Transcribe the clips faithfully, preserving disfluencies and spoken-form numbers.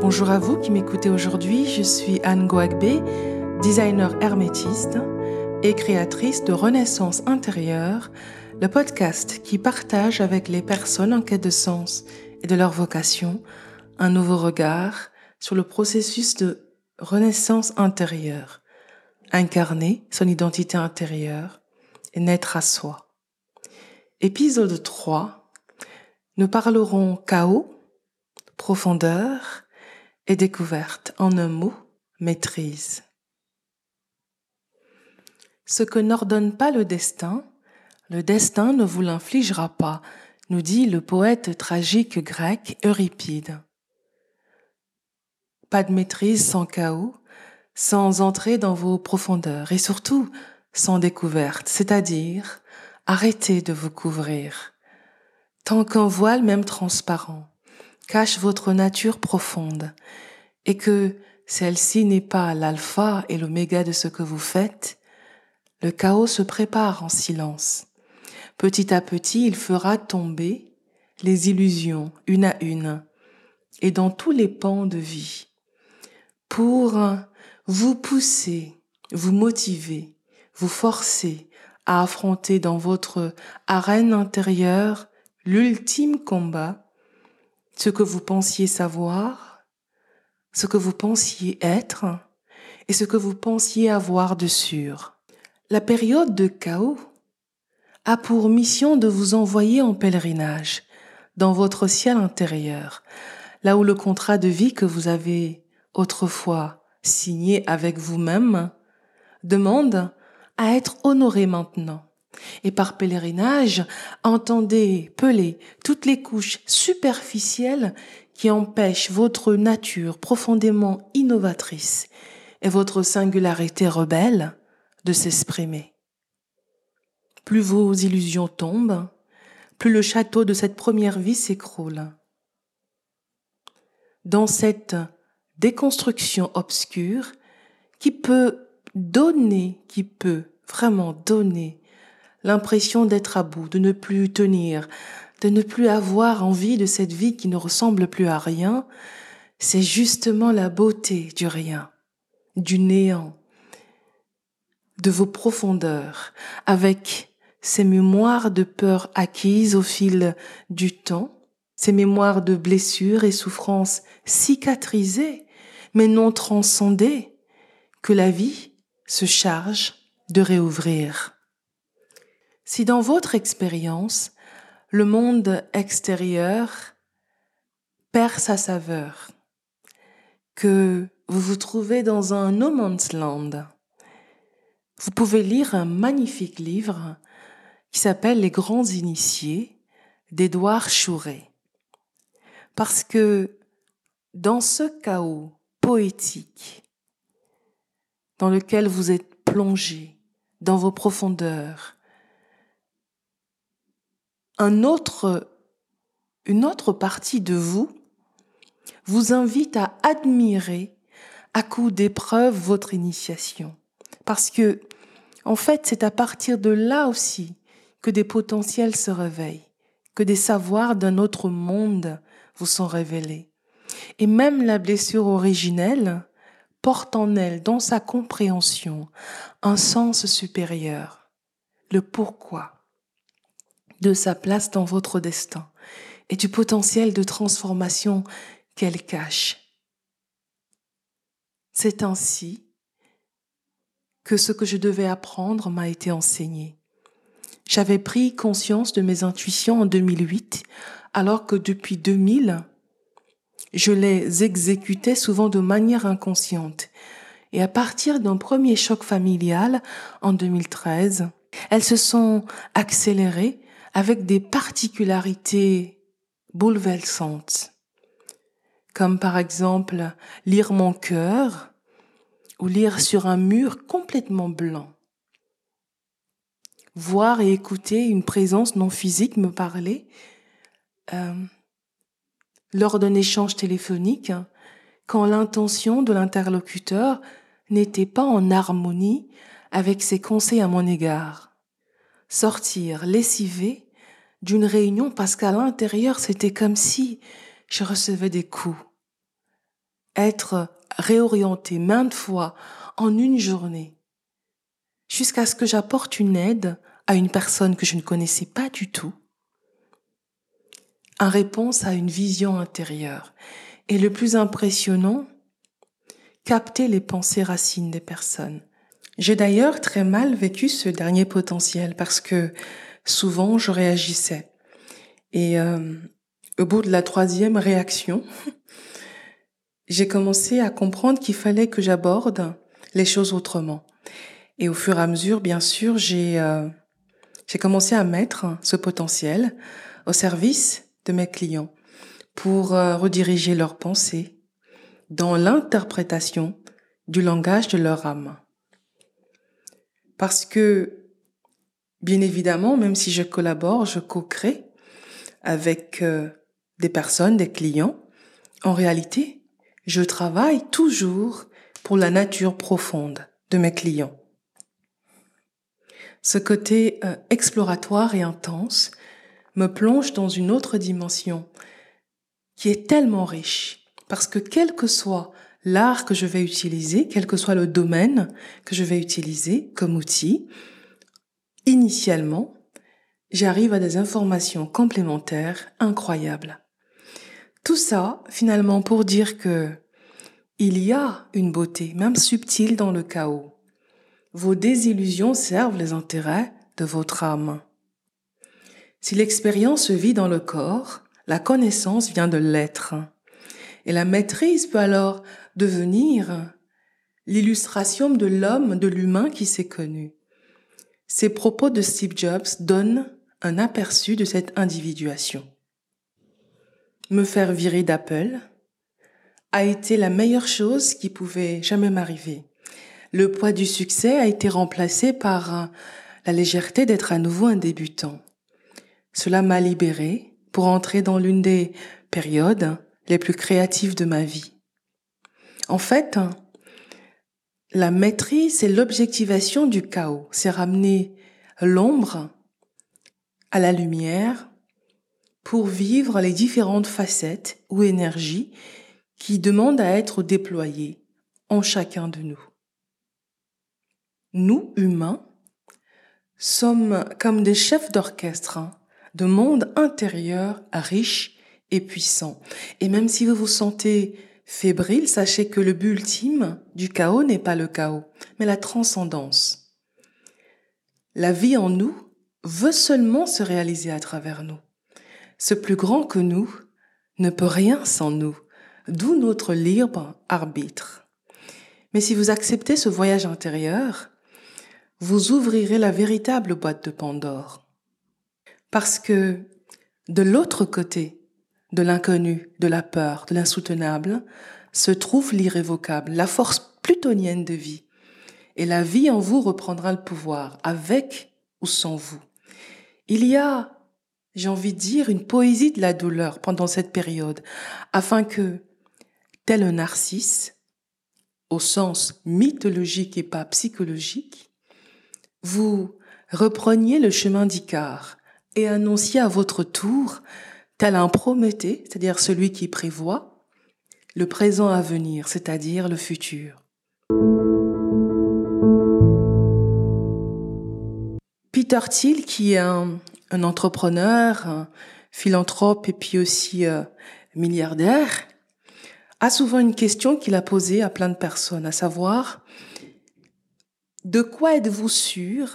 Bonjour à vous qui m'écoutez aujourd'hui, je suis Anne Goagbe, designer hermétiste et créatrice de Renaissance intérieure, le podcast qui partage avec les personnes en quête de sens et de leur vocation un nouveau regard sur le processus de renaissance intérieure, incarner son identité intérieure et naître à soi. Épisode trois, nous parlerons chaos, profondeur et découverte, en un mot, maîtrise. Ce que n'ordonne pas le destin, le destin ne vous l'infligera pas, nous dit le poète tragique grec Euripide. Pas de maîtrise sans chaos, sans entrer dans vos profondeurs et surtout sans découverte, c'est-à-dire arrêtez de vous couvrir. Tant qu'un voile, même transparent, cache votre nature profonde et que celle-ci n'est pas l'alpha et l'oméga de ce que vous faites, le chaos se prépare en silence. Petit à petit, il fera tomber les illusions une à une et dans tous les pans de vie pour vous pousser, vous motiver, vous forcer à affronter dans votre arène intérieure l'ultime combat, ce que vous pensiez savoir, ce que vous pensiez être et ce que vous pensiez avoir de sûr. La période de chaos a pour mission de vous envoyer en pèlerinage dans votre ciel intérieur, là où le contrat de vie que vous avez autrefois signé avec vous-même demande à être honoré maintenant. Et par pèlerinage, entendez peler toutes les couches superficielles qui empêchent votre nature profondément innovatrice et votre singularité rebelle de s'exprimer. Plus vos illusions tombent, plus le château de cette première vie s'écroule. Dans cette déconstruction obscure qui peut donner, qui peut vraiment donner l'impression d'être à bout, de ne plus tenir, de ne plus avoir envie de cette vie qui ne ressemble plus à rien, c'est justement la beauté du rien, du néant, de vos profondeurs, avec ces mémoires de peur acquises au fil du temps, ces mémoires de blessures et souffrances cicatrisées, mais non transcendées, que la vie se charge de réouvrir. Si dans votre expérience, le monde extérieur perd sa saveur, que vous vous trouvez dans un no man's land, vous pouvez lire un magnifique livre qui s'appelle Les Grands Initiés d'Édouard Chouret. Parce que dans ce chaos poétique dans lequel vous êtes plongé dans vos profondeurs, un autre, une autre partie de vous vous invite à admirer à coup d'épreuve votre initiation. Parce que, en fait, c'est à partir de là aussi que des potentiels se réveillent, que des savoirs d'un autre monde vous sont révélés. Et même la blessure originelle porte en elle, dans sa compréhension, un sens supérieur, le pourquoi de sa place dans votre destin et du potentiel de transformation qu'elle cache. C'est ainsi que ce que je devais apprendre m'a été enseigné. J'avais pris conscience de mes intuitions en deux mille huit, alors que depuis deux mille, je les exécutais souvent de manière inconsciente. Et à partir d'un premier choc familial, en deux mille treize, elles se sont accélérées avec des particularités bouleversantes, comme par exemple lire mon cœur ou lire sur un mur complètement blanc. Voir et écouter une présence non physique me parler euh, lors d'un échange téléphonique, quand l'intention de l'interlocuteur n'était pas en harmonie avec ses conseils à mon égard. Sortir lessivé d'une réunion parce qu'à l'intérieur, c'était comme si je recevais des coups. être réorientée maintes fois en une journée, jusqu'à ce que j'apporte une aide à une personne que je ne connaissais pas du tout, en réponse à une vision intérieure. Et le plus impressionnant, capter les pensées racines des personnes. J'ai d'ailleurs très mal vécu ce dernier potentiel parce que souvent je réagissais. Et euh, au bout de la troisième réaction, j'ai commencé à comprendre qu'il fallait que j'aborde les choses autrement. Et au fur et à mesure, bien sûr, j'ai euh, j'ai commencé à mettre ce potentiel au service de mes clients pour euh, rediriger leurs pensées dans l'interprétation du langage de leur âme. Parce que, bien évidemment, même si je collabore, je co-crée avec euh, des personnes, des clients, en réalité, je travaille toujours pour la nature profonde de mes clients. Ce côté euh, exploratoire et intense me plonge dans une autre dimension qui est tellement riche, parce que quel que soit l'art que je vais utiliser, quel que soit le domaine que je vais utiliser comme outil, initialement, j'arrive à des informations complémentaires incroyables. Tout ça, finalement, pour dire que il y a une beauté, même subtile, dans le chaos. Vos désillusions servent les intérêts de votre âme. Si l'expérience se vit dans le corps, la connaissance vient de l'être. Et la maîtrise peut alors devenir l'illustration de l'homme, de l'humain qui s'est connu. Ces propos de Steve Jobs donnent un aperçu de cette individuation. Me faire virer d'Apple a été la meilleure chose qui pouvait jamais m'arriver. Le poids du succès a été remplacé par la légèreté d'être à nouveau un débutant. Cela m'a libérée pour entrer dans l'une des périodes les plus créatives de ma vie. En fait, la maîtrise et l'objectivation du chaos, c'est ramener l'ombre à la lumière pour vivre les différentes facettes ou énergies qui demandent à être déployées en chacun de nous. Nous, humains, sommes comme des chefs d'orchestre de monde intérieur riche et puissant. Et même si vous vous sentez fébrile, sachez que le but ultime du chaos n'est pas le chaos, mais la transcendance. La vie en nous veut seulement se réaliser à travers nous. Ce plus grand que nous ne peut rien sans nous, d'où notre libre arbitre. Mais si vous acceptez ce voyage intérieur, vous ouvrirez la véritable boîte de Pandore. Parce que de l'autre côté de l'inconnu, de la peur, de l'insoutenable, se trouve l'irrévocable, la force plutonienne de vie. Et la vie en vous reprendra le pouvoir, avec ou sans vous. Il y a, j'ai envie de dire, une poésie de la douleur pendant cette période, afin que, tel un narcisse, au sens mythologique et pas psychologique, vous repreniez le chemin d'Icare et annonciez à votre tour, tel un Prométhée, c'est-à-dire celui qui prévoit, le présent à venir, c'est-à-dire le futur. Peter Thiel, qui est un, un entrepreneur, un philanthrope et puis aussi euh, milliardaire, a souvent une question qu'il a posée à plein de personnes, à savoir, de quoi êtes-vous sûr,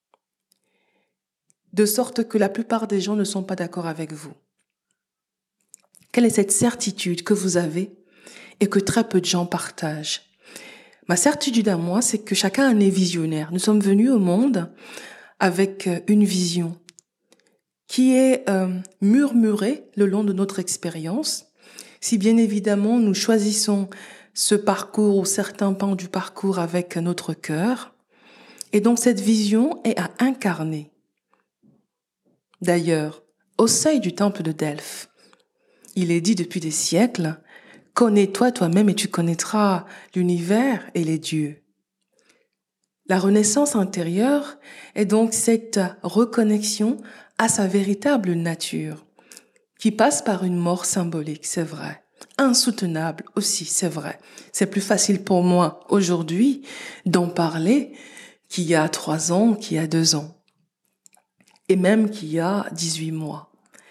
de sorte que la plupart des gens ne sont pas d'accord avec vous? Quelle est cette certitude que vous avez et que très peu de gens partagent? Ma certitude à moi, c'est que chacun est visionnaire. Nous sommes venus au monde avec une vision qui est euh, murmurée le long de notre expérience. Si bien évidemment nous choisissons ce parcours ou certains pans du parcours avec notre cœur, et donc cette vision est à incarner. D'ailleurs, au seuil du temple de Delphes, il est dit depuis des siècles, « Connais-toi toi-même et tu connaîtras l'univers et les dieux ». La renaissance intérieure est donc cette reconnexion à sa véritable nature, qui passe par une mort symbolique, c'est vrai, insoutenable aussi, c'est vrai. C'est plus facile pour moi aujourd'hui d'en parler qu'il y a trois ans, qu'il y a deux ans. Et même qu'il y a dix-huit mois.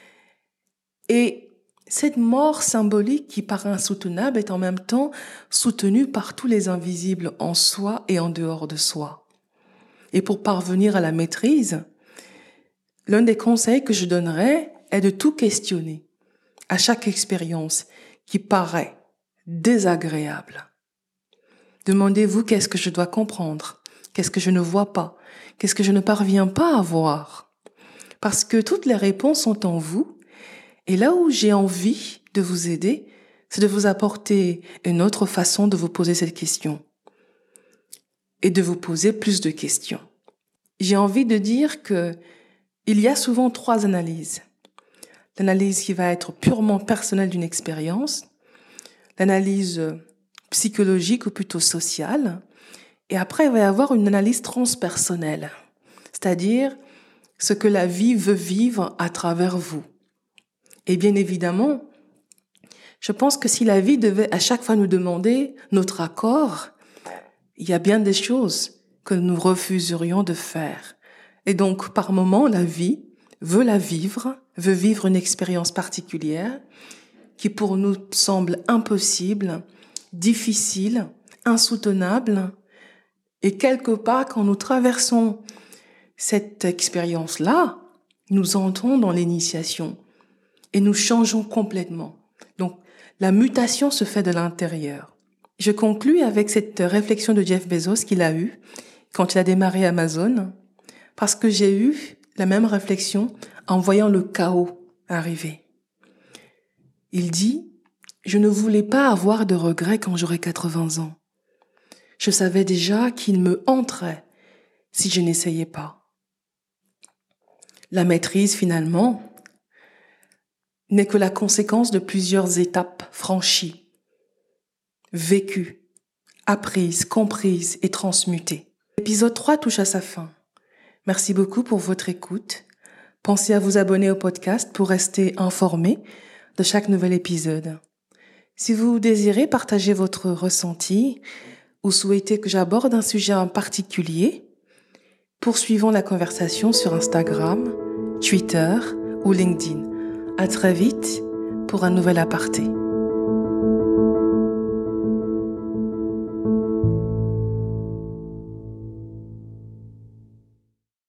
Et cette mort symbolique qui paraît insoutenable est en même temps soutenue par tous les invisibles en soi et en dehors de soi. Et pour parvenir à la maîtrise, l'un des conseils que je donnerais est de tout questionner à chaque expérience qui paraît désagréable. Demandez-vous qu'est-ce que je dois comprendre, qu'est-ce que je ne vois pas, qu'est-ce que je ne parviens pas à voir. Parce que toutes les réponses sont en vous. Et là où j'ai envie de vous aider, c'est de vous apporter une autre façon de vous poser cette question. Et de vous poser plus de questions. J'ai envie de dire que il y a souvent trois analyses. L'analyse qui va être purement personnelle d'une expérience, l'analyse psychologique ou plutôt sociale, et après il va y avoir une analyse transpersonnelle, c'est-à-dire ce que la vie veut vivre à travers vous. Et bien évidemment, je pense que si la vie devait à chaque fois nous demander notre accord, il y a bien des choses que nous refuserions de faire. Et donc, par moment, la vie veut la vivre, veut vivre une expérience particulière qui pour nous semble impossible, difficile, insoutenable. Et quelque part, quand nous traversons cette expérience-là, nous entrons dans l'initiation et nous changeons complètement. Donc, la mutation se fait de l'intérieur. Je conclus avec cette réflexion de Jeff Bezos qu'il a eue quand il a démarré Amazon, parce que j'ai eu la même réflexion en voyant le chaos arriver. Il dit « Je ne voulais pas avoir de regrets quand j'aurais quatre-vingts ans. Je savais déjà qu'il me hanterait si je n'essayais pas. » La maîtrise, finalement, n'est que la conséquence de plusieurs étapes franchies, vécues, apprises, comprises et transmutées. L'épisode trois touche à sa fin. Merci beaucoup pour votre écoute. Pensez à vous abonner au podcast pour rester informé de chaque nouvel épisode. Si vous désirez partager votre ressenti ou souhaitez que j'aborde un sujet en particulier, poursuivons la conversation sur Instagram, Twitter ou LinkedIn. À très vite pour un nouvel aparté.